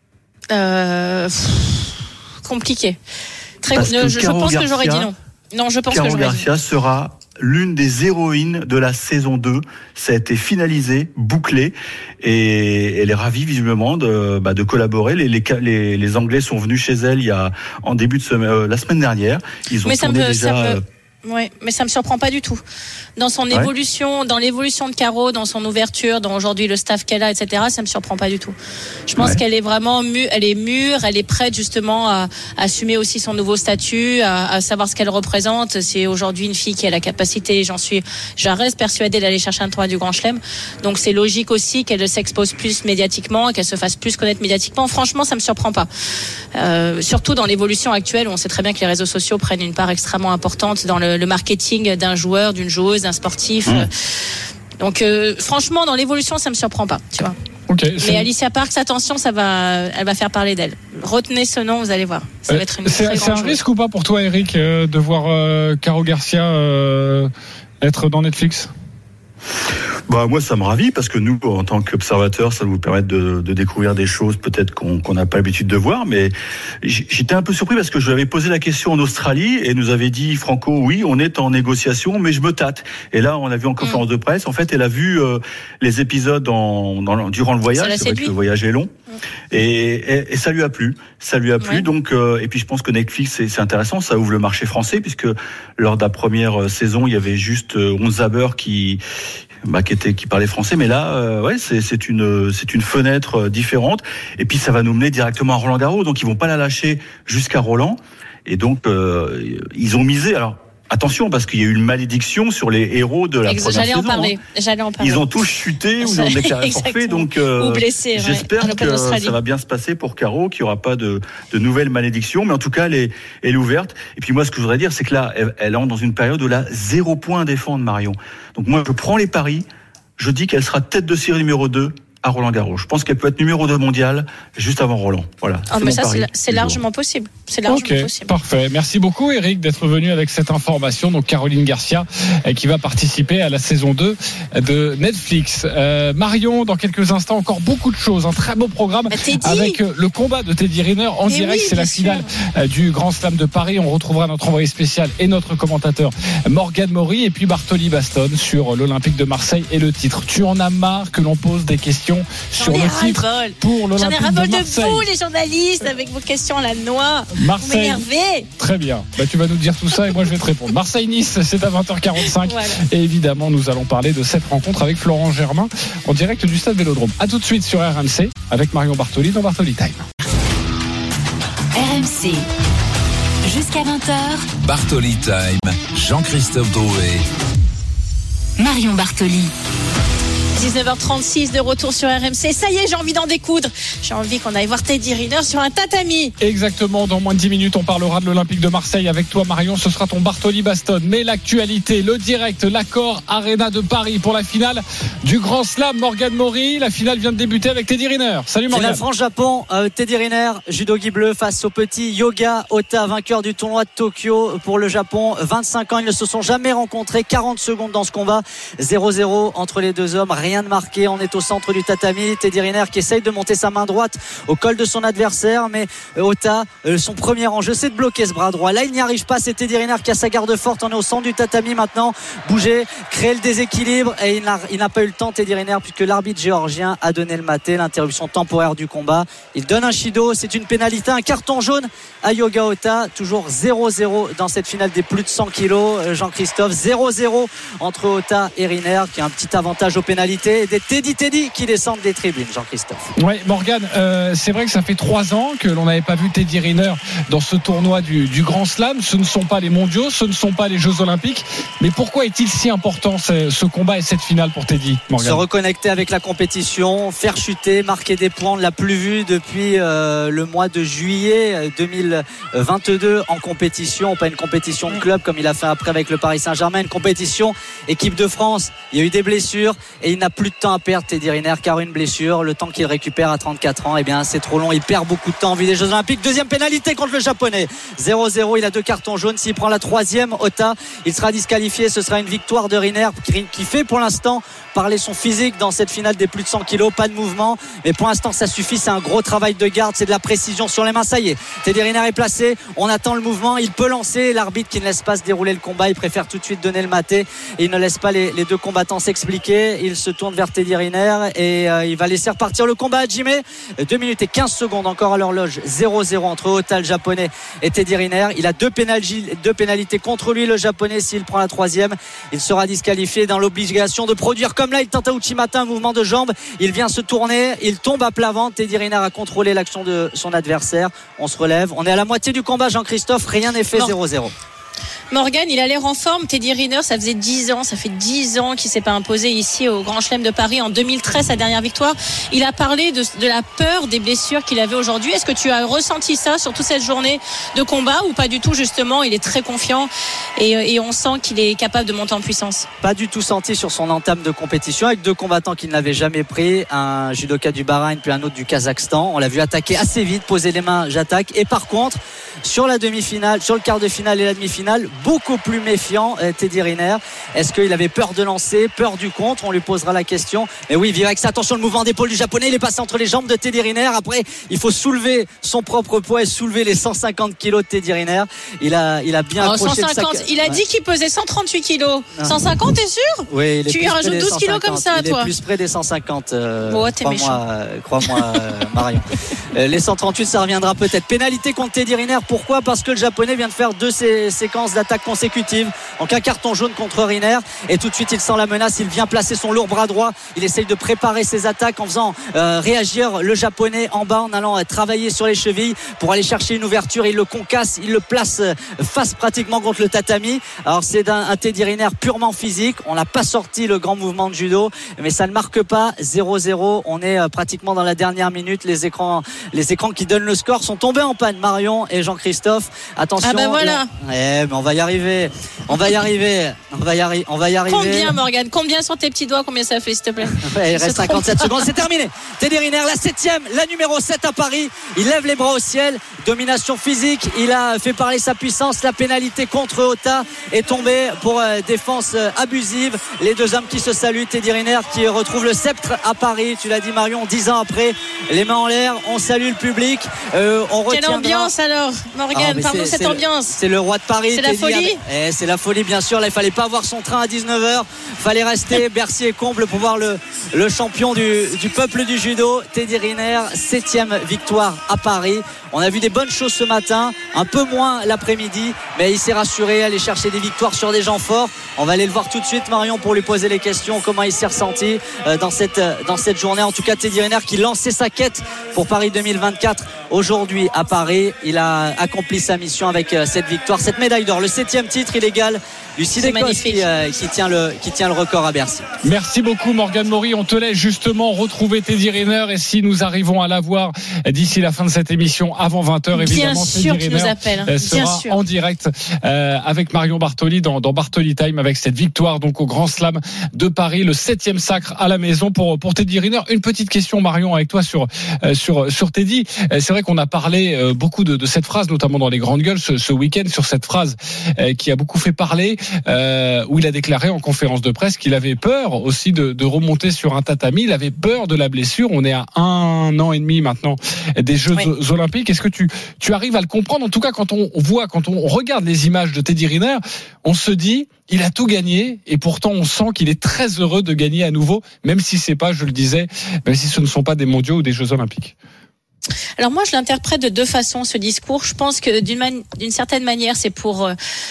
Compliqué. Je pense que j'aurais dit non. Non, je pense que j'aurais dit non. Caro Garcia sera l'une des héroïnes de la saison 2. Ça a été finalisé, bouclé, et elle est ravie visiblement de collaborer. Les Anglais sont venus chez elle en début de semaine, la semaine dernière. Ils ont tourné déjà. Ouais, mais ça me surprend pas du tout. Dans son évolution, dans l'évolution de Caro, dans son ouverture, dans aujourd'hui le staff qu'elle a, etc., ça me surprend pas du tout. Je pense qu'elle est vraiment elle est mûre, elle est prête justement à assumer aussi son nouveau statut, à savoir ce qu'elle représente. C'est aujourd'hui une fille qui a la capacité, je reste persuadée d'aller chercher un tournoi du Grand Chelem. Donc c'est logique aussi qu'elle s'expose plus médiatiquement, qu'elle se fasse plus connaître médiatiquement. Franchement, ça me surprend pas. Surtout dans l'évolution actuelle où on sait très bien que les réseaux sociaux prennent une part extrêmement importante dans le marketing d'un joueur, d'une joueuse, d'un sportif. Donc franchement, dans l'évolution, ça me surprend pas, tu vois. Mais Alicia Parks, attention, elle va faire parler d'elle. Retenez ce nom, vous allez voir. Ça va être une très grande C'est un risque ou pas pour toi, Eric, de voir Caro Garcia être dans Netflix? Moi, ça me ravit parce que nous, en tant qu'observateurs, ça nous permet de découvrir des choses peut-être qu'on n'a pas l'habitude de voir. Mais j'étais un peu surpris parce que je lui avais posé la question en Australie et nous avait dit Franco, oui, on est en négociation, mais je me tâte. Et là, on a vu en conférence de presse, en fait, elle a vu les épisodes durant le voyage. C'est vrai que le voyage est long. Et ça lui a plu. Ça lui a plu. Donc, et puis je pense que Netflix, c'est intéressant. Ça ouvre le marché français puisque lors de la première saison, il y avait juste 11 zabeurs qui parlait français, mais là, c'est une fenêtre différente. Et puis ça va nous mener directement à Roland-Garros, donc ils vont pas la lâcher jusqu'à Roland. Et donc ils ont misé. Alors attention, parce qu'il y a eu une malédiction sur les héros de la première saison. J'allais en parler. Ils ont tous chuté ou ils ont déclaré forfait, donc ou blessés, j'espère que ça va bien se passer pour Caro, qu'il n'y aura pas de nouvelles malédictions, mais en tout cas elle est ouverte. Et puis moi, ce que je voudrais dire, c'est que là, elle entre dans une période où elle a 0 point à défendre, Marion. Donc moi, je prends les paris, je dis qu'elle sera tête de série numéro 2 à Roland-Garros. Je pense qu'elle peut être numéro 2 mondial juste avant Roland. Voilà. Mais ça, c'est largement possible. C'est largement possible. Parfait. Merci beaucoup, Eric, d'être venu avec cette information. Donc, Caroline Garcia, qui va participer à la saison 2 de Netflix. Marion, dans quelques instants, encore beaucoup de choses. Un très beau programme avec le combat de Teddy Riner en direct. C'est la finale du Grand Slam de Paris. On retrouvera notre envoyé spécial et notre commentateur Morgane Maury et puis Bartoli Bastonne sur l'Olympique de Marseille et le titre. Tu en as marre que l'on pose des questions sur le titre pour l'Olympique de Marseille. J'en ai ras-le-bol de vous, les journalistes, avec vos questions à la noix. Marseille. Vous m'énervez. Très bien. Tu vas nous dire tout ça et moi je vais te répondre. Marseille-Nice, c'est à 20h45. Voilà. Et évidemment, nous allons parler de cette rencontre avec Florent Germain en direct du Stade Vélodrome. A tout de suite sur RMC avec Marion Bartoli dans Bartoli Time. RMC. Jusqu'à 20h. Bartoli Time. Jean-Christophe Drouet. Marion Bartoli. 19h36 de retour sur RMC. Ça y est, j'ai envie d'en découdre. J'ai envie qu'on aille voir Teddy Riner sur un tatami. Exactement. Dans moins de 10 minutes, on parlera de l'Olympique de Marseille avec toi, Marion. Ce sera ton Bartoli Bastonne. Mais l'actualité, le direct, l'accord Arena de Paris pour la finale du Grand Slam. Morgane Maury. La finale vient de débuter avec Teddy Riner. Salut Morgane. C'est la France-Japon. Teddy Riner, judogi bleu face au petit Yoga Ota, vainqueur du tournoi de Tokyo pour le Japon. 25 ans, ils ne se sont jamais rencontrés. 40 secondes dans ce combat. 0-0 entre les deux hommes. Rien de marqué, on est au centre du tatami. Teddy Riner qui essaye de monter sa main droite au col de son adversaire, mais Ota, son premier enjeu, c'est de bloquer ce bras droit. Là, il n'y arrive pas, c'est Teddy Riner qui a sa garde forte. On est au centre du tatami maintenant, bouger, créer le déséquilibre, et il n'a pas eu le temps, Teddy Riner, puisque l'arbitre géorgien a donné le maté, l'interruption temporaire du combat. Il donne un shido, c'est une pénalité, un carton jaune à Yoga Ota. Toujours 0-0 dans cette finale des plus de 100 kilos. Jean-Christophe, 0-0 entre Ota et Riner, qui a un petit avantage aux pénalités. Et des Teddy qui descendent des tribunes, Jean-Christophe. Oui, Morgane, c'est vrai que ça fait 3 ans que l'on n'avait pas vu Teddy Riner dans ce tournoi du Grand Slam. Ce ne sont pas les mondiaux, ce ne sont pas les Jeux Olympiques. Mais pourquoi est-il si important ce combat et cette finale pour Teddy, Morgane ? Se reconnecter avec la compétition, faire chuter, marquer des points. On ne l'a plus vu depuis le mois de juillet 2022 en compétition. Pas une compétition de club comme il a fait après avec le Paris Saint-Germain, une compétition équipe de France. Il y a eu des blessures et il n'a plus de temps à perdre, Teddy Riner, car une blessure, le temps qu'il récupère à 34 ans, c'est trop long. Il perd beaucoup de temps en vue des Jeux Olympiques. Deuxième pénalité contre le Japonais. 0-0, il a 2 cartons jaunes. S'il prend la 3e, Ota, il sera disqualifié. Ce sera une victoire de Riner qui fait pour l'instant parler son physique dans cette finale des plus de 100 kilos. Pas de mouvement, mais pour l'instant ça suffit. C'est un gros travail de garde, c'est de la précision sur les mains. Ça y est, Teddy Riner est placé. On attend le mouvement. Il peut lancer. L'arbitre qui ne laisse pas se dérouler le combat, il préfère tout de suite donner le maté et il ne laisse pas les deux combattants s'expliquer. Il se tourne vers Teddy Riner et il va laisser repartir le combat à Jimé. 2 minutes et 15 secondes encore à l'horloge. 0-0 entre Ota, le japonais, et Teddy Riner. Il a deux pénalités contre lui, le japonais. S'il prend la 3e, il sera disqualifié, dans l'obligation de produire comme là. Il tente à Uchimata un mouvement de jambe. Il vient se tourner, il tombe à plat ventre. Teddy Riner a contrôlé l'action de son adversaire. On se relève. On est à la moitié du combat, Jean-Christophe. Rien n'est fait. 0-0. Morgane, il a l'air en forme. Teddy Riner, ça fait 10 ans qu'il s'est pas imposé ici au Grand Chelem de Paris. En 2013, sa dernière victoire. Il a parlé de la peur des blessures qu'il avait aujourd'hui. Est-ce que tu as ressenti ça sur toute cette journée de combat ou pas du tout? Justement, il est très confiant et on sent qu'il est capable de monter en puissance. Pas du tout senti sur son entame de compétition, avec 2 combattants qu'il n'avait jamais pris, un judoka du Bahreïn puis un autre du Kazakhstan. On l'a vu attaquer assez vite, poser les mains, j'attaque. Et par contre, sur la demi-finale, sur le quart de finale et la demi-finale, beaucoup plus méfiant, Teddy Riner. Est-ce qu'il avait peur de lancer, peur du contre? On lui posera la question. Mais oui, Virex, attention, le mouvement d'épaule du japonais, il est passé entre les jambes de Teddy Riner. Après, il faut soulever son propre poids et soulever les 150 kilos de Teddy Riner. Il a bien accroché 150, il a dit qu'il pesait 138 kilos. 150, t'es sûr? Oui, tu lui rajoutes 12 kilos comme ça, il toi. Il est plus près des 150. T'es méchant. Crois-moi, Marion. les 138, ça reviendra peut-être. Pénalité contre Teddy Riner. Pourquoi ? Parce que le japonais vient de faire 2 séquences d'attaques consécutives. Donc un carton jaune contre Riner. Et tout de suite, il sent la menace. Il vient placer son lourd bras droit. Il essaye de préparer ses attaques en faisant réagir le japonais en bas, en allant travailler sur les chevilles pour aller chercher une ouverture. Il le concasse, il le place face pratiquement contre le tatami. Alors c'est un Teddy Riner purement physique. On n'a pas sorti le grand mouvement de judo, mais ça ne marque pas. 0-0. On est pratiquement dans la dernière minute. Les écrans qui donnent le score sont tombés en panne. Marion et Jean-Christophe, attention. Ah ben voilà. Mais on va y arriver. On va y arriver. Combien, Morgane ? Combien sur tes petits doigts ? Combien ça fait, s'il te plaît ? Il reste 57 secondes. C'est terminé. Teddy Riner, la 7e, la numéro 7 à Paris. Il lève les bras au ciel. Domination physique. Il a fait parler sa puissance. La pénalité contre Ota est tombée pour défense abusive. Les deux hommes qui se saluent. Teddy Riner qui retrouve le sceptre à Paris. Tu l'as dit, Marion, 10 ans après. Les mains en l'air. On salue le public. Quelle ambiance alors, Morgane ? Parle-nous cette ambiance. C'est le roi de Paris. C'est la folie. C'est la folie, bien sûr. Là, il fallait pas avoir son train à 19h. Fallait rester Bercy et comble pour voir le champion du peuple du judo, Teddy Riner. 7e victoire à Paris. On a vu des bonnes choses ce matin, un peu moins l'après-midi, mais il s'est rassuré, aller chercher des victoires sur des gens forts. On va aller le voir tout de suite, Marion, pour lui poser les questions, comment il s'est ressenti dans cette journée. En tout cas, Teddy Riner qui lançait sa quête pour Paris 2024 aujourd'hui à Paris. Il a accompli sa mission avec cette victoire, cette médaille d'or, le 7e titre illégal du Sidécos qui tient le record à Bercy. Merci beaucoup, Morgane Maury. On te laisse justement retrouver Teddy Riner, et si nous arrivons à l'avoir d'ici la fin de cette émission avant 20h, évidemment, Teddy Riner sera en direct avec Marion Bartoli dans Bartoli Time, avec cette victoire donc au Grand Slam de Paris, le 7e sacre à la maison pour Teddy Riner. Une petite question, Marion, avec toi sur Teddy. C'est vrai qu'on a parlé beaucoup de cette phrase, notamment dans les grandes gueules ce week-end, sur cette phrase qui a beaucoup fait parler, où il a déclaré en conférence de presse qu'il avait peur aussi de remonter sur un tatami. Il avait peur de la blessure. On est à 1 an et demi maintenant des Jeux Olympiques. Est-ce que tu arrives à le comprendre ? En tout cas, quand on regarde les images de Teddy Riner, on se dit, il a tout gagné, et pourtant on sent qu'il est très heureux de gagner à nouveau, même si c'est pas, je le disais, même si ce ne sont pas des mondiaux ou des Jeux Olympiques. Alors moi, je l'interprète de 2 façons, ce discours. Je pense que d'une certaine manière, c'est pour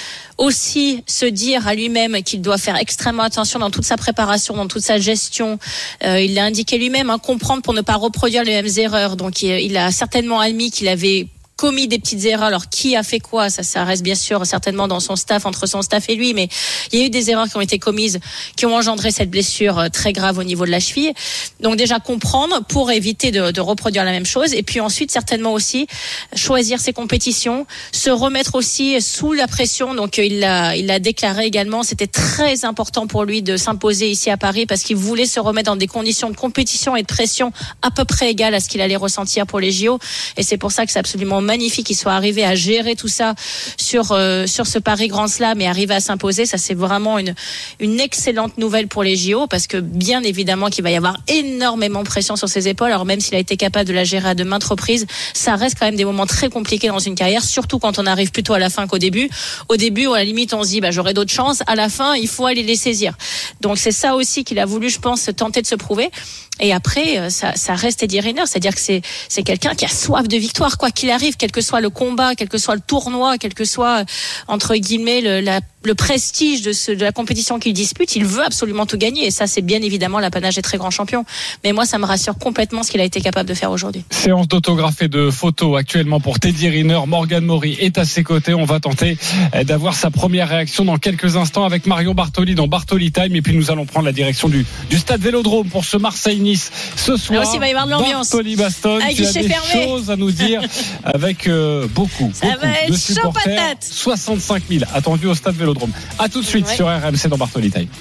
aussi se dire à lui-même qu'il doit faire extrêmement attention dans toute sa préparation, dans toute sa gestion. Il l'a indiqué lui-même, comprendre pour ne pas reproduire les mêmes erreurs. Donc il a certainement admis qu'il avait commis des petites erreurs. Alors qui a fait quoi ? Ça reste bien sûr certainement dans son staff, entre son staff et lui, mais il y a eu des erreurs qui ont été commises, qui ont engendré cette blessure très grave au niveau de la cheville. Donc déjà comprendre pour éviter de reproduire la même chose, et puis ensuite certainement aussi choisir ses compétitions, se remettre aussi sous la pression. Donc il l'a déclaré également, c'était très important pour lui de s'imposer ici à Paris, parce qu'il voulait se remettre dans des conditions de compétition et de pression à peu près égales à ce qu'il allait ressentir pour les JO, et c'est pour ça que c'est absolument magnifique qu'il soit arrivé à gérer tout ça sur ce Paris Grand Slam et arriver à s'imposer. Ça, c'est vraiment une excellente nouvelle pour les JO, parce que bien évidemment qu'il va y avoir énormément de pression sur ses épaules. Alors même s'il a été capable de la gérer à de maintes reprises, ça reste quand même des moments très compliqués dans une carrière, surtout quand on arrive plutôt à la fin qu'au début. Au début, à la limite, on se dit j'aurai d'autres chances. À la fin, il faut aller les saisir. Donc c'est ça aussi qu'il a voulu, je pense, tenter de se prouver. Et après, ça reste Teddy Riner, c'est-à-dire que c'est quelqu'un qui a soif de victoire, quoi qu'il arrive, quel que soit le combat, quel que soit le tournoi, quel que soit, entre guillemets, le prestige de la compétition qu'il dispute. Il veut absolument tout gagner, et ça, c'est bien évidemment l'apanage des très grands champions. Mais moi, ça me rassure complètement ce qu'il a été capable de faire aujourd'hui. Séance d'autographes et de photos actuellement pour Teddy Riner. Morgane Maury est à ses côtés. On va tenter d'avoir sa première réaction dans quelques instants avec Marion Bartoli dans Bartoli Time, et puis nous allons prendre la direction du stade Vélodrome pour ce Marseille-Nice ce soir. Là aussi, il va y avoir de l'ambiance. Bartoli Baston, tu as des choses à nous dire avec beaucoup de supporters. 65 000 attendus au stade Vélodrome. A tout de suite sur RMC dans Bartoli Time.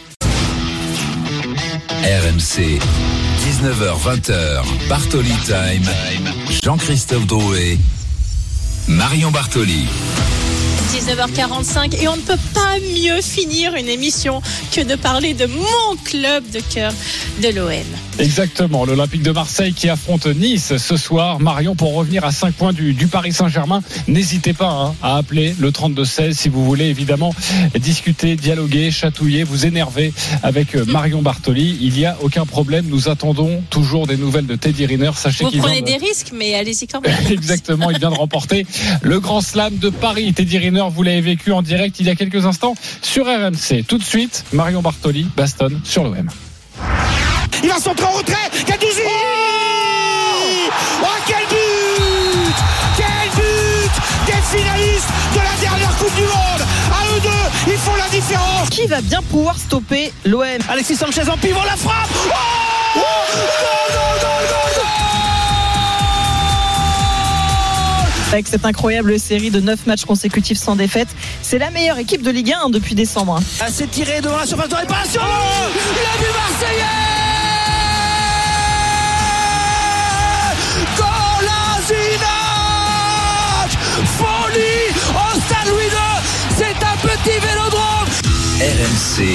RMC 19h-20h Bartoli Time. Jean-Christophe Drouet, Marion Bartoli. 19h45, et on ne peut pas mieux finir une émission que de parler de mon club de cœur, de l'OM. Exactement, l'Olympique de Marseille qui affronte Nice ce soir. Marion, pour revenir à 5 points du Paris Saint-Germain, n'hésitez pas à appeler le 32-16 si vous voulez évidemment discuter, dialoguer, chatouiller, vous énerver avec Marion Bartoli. Il n'y a aucun problème, nous attendons toujours des nouvelles de Teddy Riner. Sachez vous prenez des risques, mais allez-y quand même. Exactement, il vient de remporter le Grand Slam de Paris. Teddy Riner, vous l'avez vécu en direct il y a quelques instants sur RMC. Tout de suite, Marion Bartoli bastonne sur l'OM. Il va centrer en retrait. Gattuso. Oh, quel but! Quel but! Des finalistes de la dernière Coupe du Monde. À eux deux, ils font la différence. Qui va bien pouvoir stopper l'OM? Alexis Sanchez en pivot, la frappe. Oh! Goal! Avec cette incroyable série de 9 matchs consécutifs sans défaite, c'est la meilleure équipe de Ligue 1 depuis décembre. C'est tiré devant la surface de réparation. Le but marseillais. Kolasinac. Folie au Stade Louis II. C'est un petit vélodrome. RMC.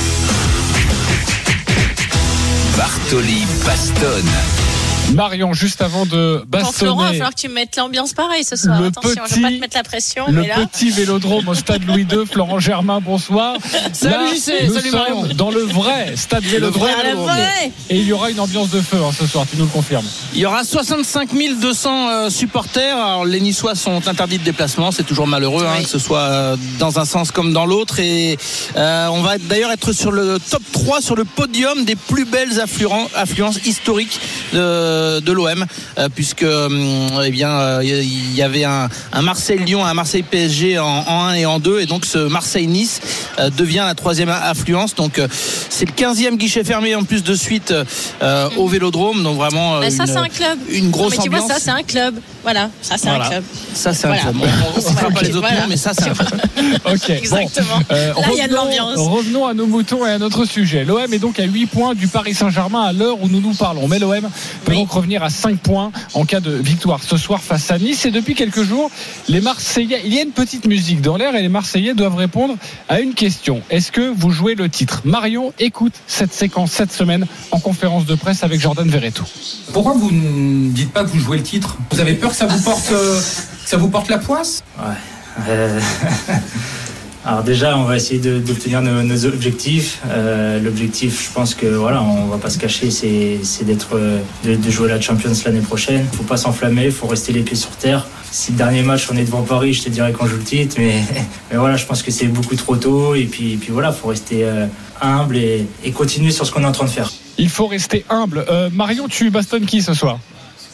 Bartoli bastonne. Marion, juste avant de bastonner. Florent, il va falloir que tu me mettes l'ambiance pareil ce soir. Attention, je ne vais pas te mettre la pression. Le mais là... petit vélodrome au Stade Louis II. Florent Germain, bonsoir. Salut JC, salut Marion. Dans le vrai Stade Vélodrome. Et il y aura une ambiance de feu ce soir, tu nous le confirmes. Il y aura 65 200 supporters. Alors, les Niçois sont interdits de déplacement. C'est toujours malheureux, que ce soit dans un sens comme dans l'autre. Et on va d'ailleurs être sur le top 3, sur le podium des plus belles affluences historiques de l'OM, puisque il y avait un Marseille-Lyon, un Marseille-PSG en 1 et en 2, et donc ce Marseille-Nice devient la 3e affluence. Donc c'est le 15e guichet fermé en plus de suite au Vélodrome. Donc vraiment ça c'est un club. Une grosse ambiance. Tu vois, ça c'est un club. Voilà, ça c'est un club. Ça c'est un club. On ne fera pas les autres noms, mais ça c'est un club. Ok. Exactement. Bon, là il y a de l'ambiance. Revenons à nos moutons et à notre sujet. L'OM est donc à 8 points du Paris Saint-Germain à l'heure où nous parlons. Mais l'OM peut donc revenir à 5 points en cas de victoire ce soir face à Nice. Et depuis quelques jours, les Marseillais, il y a une petite musique dans l'air et les Marseillais doivent répondre à une question. Est-ce que vous jouez le titre? Marion, écoute cette séquence cette semaine en conférence de presse avec Jordan Verretou. Pourquoi vous ne dites pas que vous jouez le titre? Vous avez peur que ça vous porte la poisse? Ouais. Alors déjà, on va essayer d'obtenir nos objectifs. L'objectif, je pense que voilà, on va pas se cacher, c'est de jouer la Champions l'année prochaine. Faut pas s'enflammer, faut rester les pieds sur terre. Si le dernier match on est devant Paris, je te dirais qu'on joue le titre, mais voilà, je pense que c'est beaucoup trop tôt. Et puis voilà, faut rester humble et continuer sur ce qu'on est en train de faire. Il faut rester humble. Marion, tu bastonnes qui ce soir?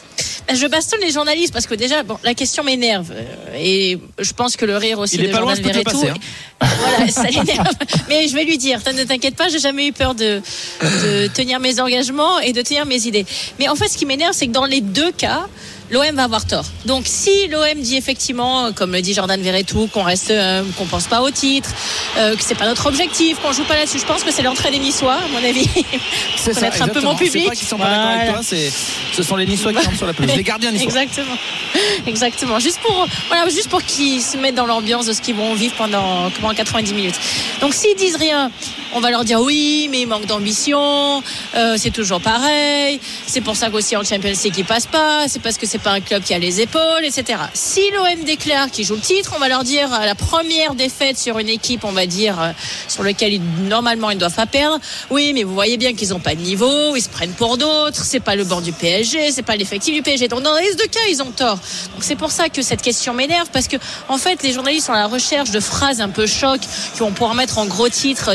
Je bastonne les journalistes parce que déjà, la question m'énerve et je pense que le rire aussi de Jordan Verretou, voilà, ça l'énerve. Mais je vais lui dire, ne t'inquiète pas, j'ai jamais eu peur de tenir mes engagements et de tenir mes idées. Mais en fait, ce qui m'énerve, c'est que dans les deux cas, l'OM va avoir tort. Donc si l'OM dit effectivement, comme le dit Jordan Verretou, qu'on reste, qu'on pense pas au titre, que c'est pas notre objectif, qu'on joue pas là-dessus, je pense que c'est l'entrée des Niçois, à mon avis. C'est ça, connaître un peu mon public. C'est pas qu'ils sont pas d'accord avec toi, ce sont les Niçois qui rentrent sur la pelouse, les gardiens niçois. Exactement. Juste pour qu'ils se mettent dans l'ambiance de ce qu'ils vont vivre pendant 90 minutes. Donc s'ils disent rien, on va leur dire oui, mais il manque d'ambition, c'est toujours pareil, c'est pour ça qu'aussi en Champions League ils passent pas, c'est parce que c'est pas un club qui a les épaules, etc. Si l'OM déclare qu'il joue le titre, on va leur dire à la première défaite sur une équipe, on va dire sur laquelle normalement ils ne doivent pas perdre, oui, mais vous voyez bien qu'ils n'ont pas de niveau, ils se prennent pour d'autres, c'est pas le banc du PSG, c'est pas l'effectif du PSG. Donc dans les deux cas, ils ont tort. Donc c'est pour ça que cette question m'énerve, parce que en fait, les journalistes sont à la recherche de phrases un peu choc qui vont pouvoir mettre en gros titre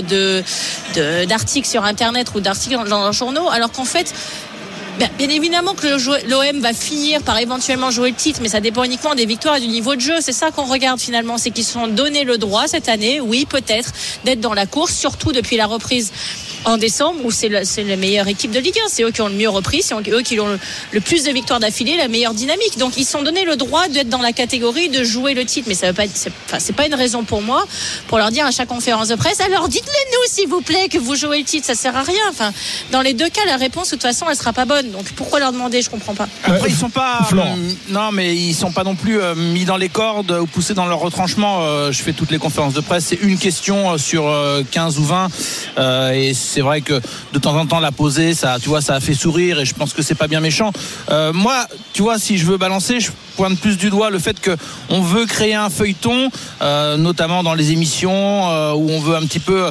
d'articles sur Internet ou d'articles dans les journaux, alors qu'en fait, bien évidemment que l'OM va finir par éventuellement jouer le titre, mais ça dépend uniquement des victoires et du niveau de jeu. C'est ça qu'on regarde finalement, c'est qu'ils se sont donné le droit cette année, oui peut-être, d'être dans la course, surtout depuis la reprise en décembre, où c'est la meilleure équipe de Ligue 1, c'est eux qui ont le mieux repris, c'est eux qui ont le plus de victoires d'affilée, la meilleure dynamique. Donc ils se sont donné le droit d'être dans la catégorie de jouer le titre, mais ça veut pas être, c'est pas une raison pour moi pour leur dire à chaque conférence de presse, alors dites-le nous s'il vous plaît que vous jouez le titre, ça sert à rien. Enfin, dans les deux cas, la réponse de toute façon elle sera pas bonne. Donc pourquoi leur demander? Je comprends pas. Après ils sont pas non mais ils sont pas non plus mis dans les cordes ou poussés dans leur retranchement. Je fais toutes les conférences de presse, c'est une question sur 15 ou 20 et c'est vrai que de temps en temps la poser, ça, tu vois, ça a fait sourire et je pense que c'est pas bien méchant. Moi, tu vois, si je veux balancer, je pointe plus du doigt le fait que on veut créer un feuilleton, notamment dans les émissions où on veut un petit peu,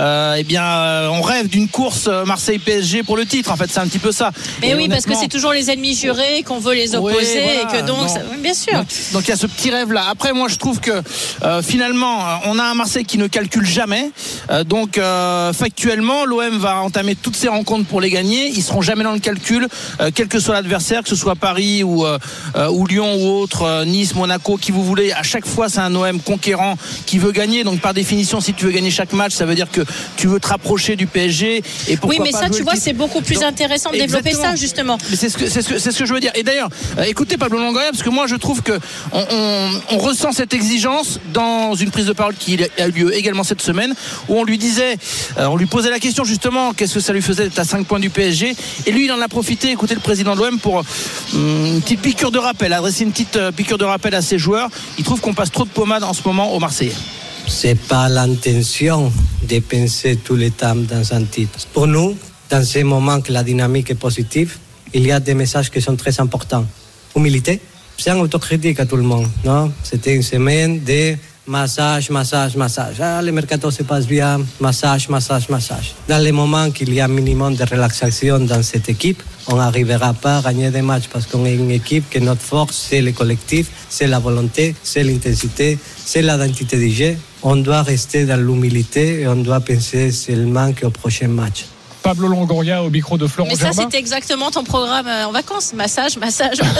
on rêve d'une course Marseille-PSG pour le titre. En fait, c'est un petit peu ça. Mais oui, parce que c'est toujours les ennemis jurés qu'on veut les opposer, et que donc, bien sûr. Donc il y a ce petit rêve là. Après, moi, je trouve que finalement, on a un Marseille qui ne calcule jamais. Donc factuellement, l'OM va entamer toutes ses rencontres pour les gagner. Ils seront jamais dans le calcul, quel que soit l'adversaire, que ce soit Paris ou Lyon ou autre, Nice, Monaco, qui vous voulez. À chaque fois, c'est un OM conquérant qui veut gagner. Donc par définition, si tu veux gagner chaque match, ça veut dire que tu veux te rapprocher du PSG. Et pourquoi oui, mais pas ça, tu vois, c'est beaucoup plus intéressant de développer ça, justement. Mais c'est ce que je veux dire. Et d'ailleurs, écoutez Pablo Longoria, parce que moi, je trouve que on ressent cette exigence dans une prise de parole qui a eu lieu également cette semaine, où on lui disait, on lui posait la question justement, qu'est-ce que ça lui faisait d'être à 5 points du PSG, et lui il en a profité, écoutez le président de l'OM, pour une petite piqûre de rappel, adresser une petite piqûre de rappel à ses joueurs. Il trouve qu'on passe trop de pommade en ce moment aux Marseillais. C'est pas l'intention de penser tout le temps dans un titre. Pour nous, dans ces moments que la dynamique est positive, il y a des messages qui sont très importants. Humilité, c'est un autocritique à tout le monde, non? C'était une semaine de massage. Ah, le mercato se passe bien, massage. Dans les moments qu'il y a un minimum de relaxation dans cette équipe, on n'arrivera pas à gagner des matchs parce qu'on est une équipe que notre force, c'est le collectif, c'est la volonté, c'est l'intensité, c'est l'identité du jeu. On doit rester dans l'humilité et on doit penser seulement qu'au prochain match. Pablo Longoria au micro de Florent Germain. Mais ça, c'est exactement ton programme en vacances. Massage. Non,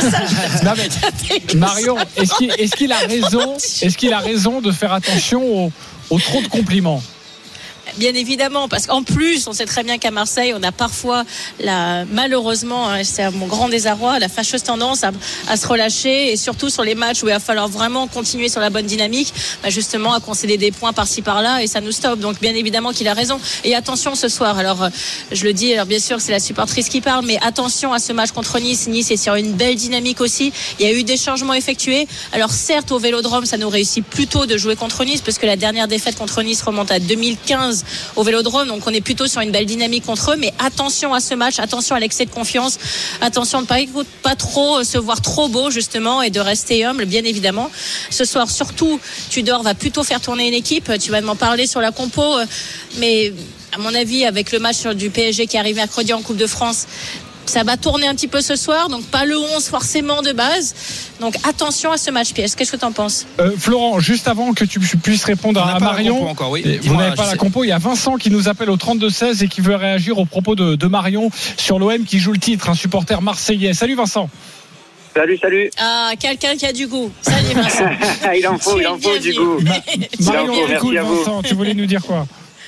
mais, Marion, est-ce qu'il a raison de faire attention au trop de compliments? Bien évidemment, parce qu'en plus, on sait très bien qu'à Marseille, on a parfois, malheureusement, c'est à mon grand désarroi, la fâcheuse tendance à se relâcher, et surtout sur les matchs où il va falloir vraiment continuer sur la bonne dynamique, justement à concéder des points par-ci par-là, et ça nous stoppe. Donc bien évidemment qu'il a raison. Et attention ce soir, alors je le dis, alors bien sûr c'est la supportrice qui parle, mais attention à ce match contre Nice. Nice est sur une belle dynamique aussi. Il y a eu des changements effectués. Alors certes, au Vélodrome, ça nous réussit plutôt de jouer contre Nice, parce que la dernière défaite contre Nice remonte à 2015 au Vélodrome, donc on est plutôt sur une belle dynamique contre eux, mais attention à ce match, attention à l'excès de confiance, attention de pas trop se voir trop beau justement, et de rester humble, bien évidemment. Ce soir surtout, Tudor va plutôt faire tourner une équipe. Tu vas m'en parler sur la compo, mais à mon avis, avec le match du PSG qui arrive mercredi en Coupe de France, ça va tourner un petit peu ce soir, donc pas le 11 forcément de base. Donc attention à ce match piège. Qu'est-ce que tu en penses? Florent, juste avant que tu puisses répondre à Marion, encore, oui. Vous n'avez pas la compo. Il y a Vincent qui nous appelle au 32-16 et qui veut réagir aux propos de Marion sur l'OM qui joue le titre, un supporter marseillais. Salut Vincent. Salut. Ah, quelqu'un qui a du goût. Salut Vincent. il en faut du goût. Marion, écoute Vincent, tu voulais nous dire quoi?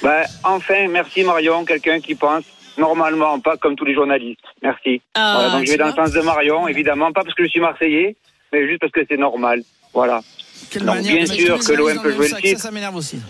Enfin, merci Marion, quelqu'un qui pense normalement, pas comme tous les journalistes. Merci. Voilà, donc je vais dans le sens de Marion, évidemment, pas parce que je suis Marseillais, mais juste parce que c'est normal. Voilà. Donc bien sûr que l'OM peut jouer le titre. Ça m'énerve aussi.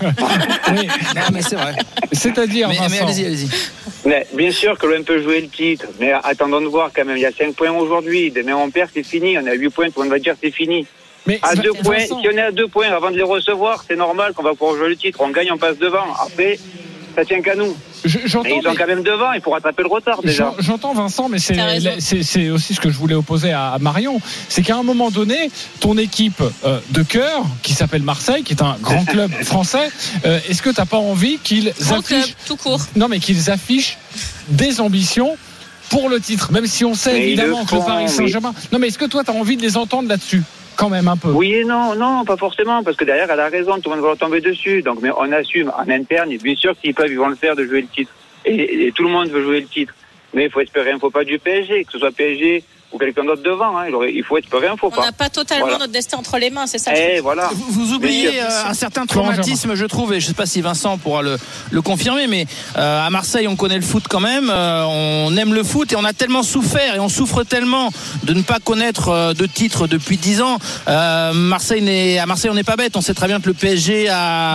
Oui. Non, mais c'est vrai. C'est-à-dire, mais allez-y. Mais bien sûr que l'OM peut jouer le titre, mais attendons de voir quand même. Il y a 5 points aujourd'hui. Demain on perd, c'est fini. On a 8 points, tout le monde va dire c'est fini. Mais à 2 points, si on est à 2 points avant de les recevoir, c'est normal qu'on va pouvoir jouer le titre. On gagne, on passe devant. Après, ça tient qu'à nous. Et ils sont quand même devant, il faut rattraper le retard déjà. J'entends Vincent, mais c'est aussi ce que je voulais opposer à Marion. C'est qu'à un moment donné, ton équipe de cœur, qui s'appelle Marseille, qui est un grand club français, est-ce que tu n'as pas envie qu'ils affichent tout court. Non, mais qu'ils affichent des ambitions pour le titre, même si on sait évidemment que le Paris Saint-Germain. Non, mais est-ce que toi tu as envie de les entendre là-dessus? Quand même un peu. Oui et non, pas forcément, parce que derrière elle a raison, tout le monde va tomber dessus. Donc, mais on assume en interne, et bien sûr s'ils peuvent, ils vont le faire de jouer le titre. Et tout le monde veut jouer le titre. Mais il faut espérer un faux pas du PSG, que ce soit PSG ou quelqu'un d'autre devant. Il faut espérer un faux pas. On n'a pas totalement notre destin entre les mains, c'est ça. Voilà. Vous oubliez un certain traumatisme, je trouve, et je ne sais pas si Vincent pourra le confirmer, mais à Marseille, on connaît le foot quand même, on aime le foot et on a tellement souffert et on souffre tellement de ne pas connaître de titre depuis 10 ans. À Marseille, on n'est pas bête. On sait très bien que le PSG a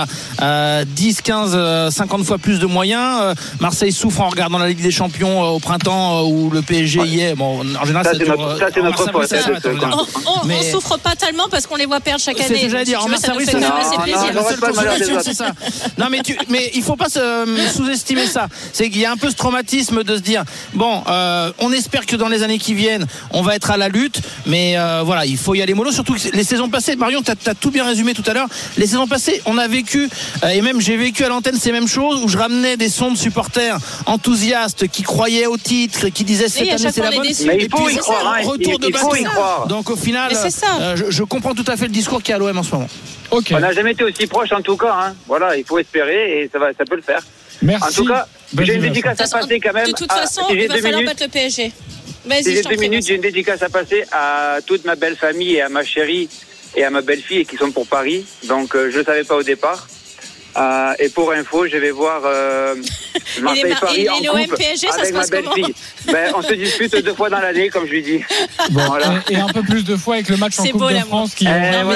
10, 15, 50 fois plus de moyens. Marseille souffre en regardant la Ligue des Champions au printemps où le PSG y est. Bon, en général, c'est c'est notre faute. On souffre pas tellement parce qu'on les voit perdre chaque année. C'est ce que j'allais dire. En Marseille, c'est ça. Non, mais il faut pas sous-estimer ça. C'est qu'il y a un peu ce traumatisme de se dire bon, on espère que dans les années qui viennent, on va être à la lutte, mais voilà, il faut y aller mollo. Surtout que les saisons passées, Marion, t'as tout bien résumé tout à l'heure. Les saisons passées, on a vécu, et même j'ai vécu à l'antenne ces mêmes choses où je ramenais des sons de supporters enthousiastes qui croyaient au titre, qui disaient cette année c'est la bonne. Mais il faut y croire. Retour de bâton. Donc au final, je comprends tout à fait le discours qu'il y a à l'OM en ce moment. Okay. On n'a jamais été aussi proche en tout cas. Hein. Voilà, il faut espérer et ça peut le faire. Merci. En tout cas, j'ai une dédicace à passer quand même. De toute façon, il va falloir battre le PSG. Si j'ai 2 minutes, j'ai une dédicace à passer à toute ma belle famille et à ma chérie et à ma belle-fille qui sont pour Paris. Donc je ne savais pas au départ. Et pour info, je vais voir Marseille-Paris en couple avec ma belle-fille. On se dispute 2 fois dans l'année, comme je lui dis. Bon, voilà. Et un peu plus de fois avec le match en Coupe de France qui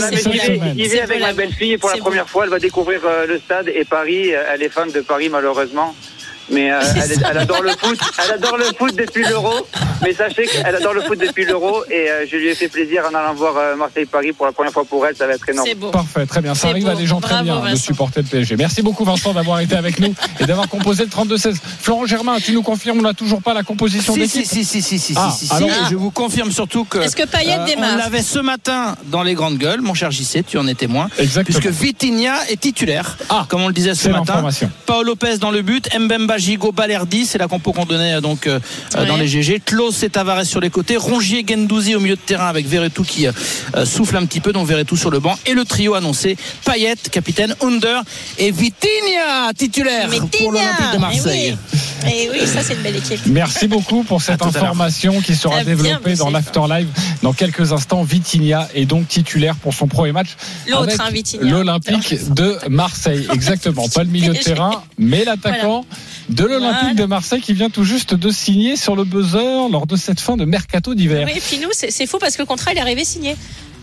il vit avec ma belle-fille et pour la première fois, elle va découvrir le stade et Paris. Elle est fan de Paris, malheureusement. Mais elle adore le foot. Elle adore le foot depuis l'Euro. Mais sachez qu'elle adore le foot depuis l'Euro et je lui ai fait plaisir en allant voir Marseille-Paris pour la première fois pour elle. Ça va être énorme. C'est beau. Parfait, très bien. Ça arrive à des gens très bien de supporter le PSG. Merci beaucoup Vincent d'avoir été avec nous et d'avoir composé le 32-16. Florent Germain, tu nous confirmes, on n'a toujours pas la composition d'équipe. Si. Je vous confirme surtout que. Est-ce que Payet démarre? On l'avait ce matin dans les grandes gueules, mon cher JC, tu en es témoin. Exactement. Puisque Vitinha est titulaire, comme on le disait ce matin. Paul Lopez dans le but, Mbemba, Gigo, Balerdi, c'est la compo qu'on donnait donc dans les GG. Klaus et Tavares sur les côtés, Rongier, Guendouzi au milieu de terrain avec Verretou qui souffle un petit peu, donc Verretou sur le banc et le trio annoncé Payet, capitaine, Under et Vitinha titulaire pour l'Olympique de Marseille. Et oui, ça c'est une belle équipe. Merci beaucoup pour cette information qui sera développée dans l'Afterlive dans quelques instants. Vitinha est donc titulaire pour son premier match avec l'Olympique de Marseille. Exactement, pas le milieu de terrain, mais l'attaquant de l'Olympique de Marseille qui vient tout juste de signer sur le buzzer lors de cette fin de mercato d'hiver. Oui, et puis nous, c'est faux parce que le contrat il est arrivé signé.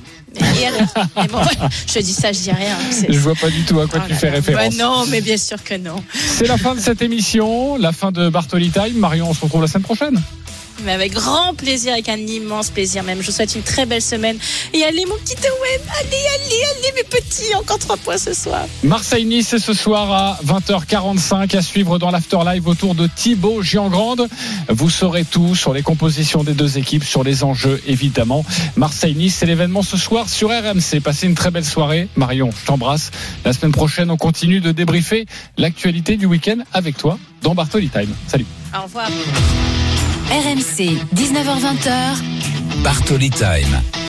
Et alors bon, je dis ça, je dis rien. Je vois pas du tout à quoi tu fais référence. Non, mais bien sûr que non. C'est la fin de cette émission, la fin de Bartoli Time. Marion, on se retrouve la semaine prochaine. Mais avec grand plaisir, avec un immense plaisir même. Je vous souhaite une très belle semaine. Et allez mon petit OM, allez mes petits, encore 3 points ce soir. Marseille-Nice, c'est ce soir à 20h45 à suivre dans l'Afterlive autour de Thibaut Giangrande. Vous saurez tout sur les compositions des 2 équipes, sur les enjeux évidemment. Marseille-Nice, c'est l'événement ce soir sur RMC. Passez une très belle soirée. Marion, je t'embrasse. La semaine prochaine, on continue de débriefer l'actualité du week-end avec toi dans Bartoli Time. Salut. Au revoir. RMC, 19h-20h. Bartoli Time.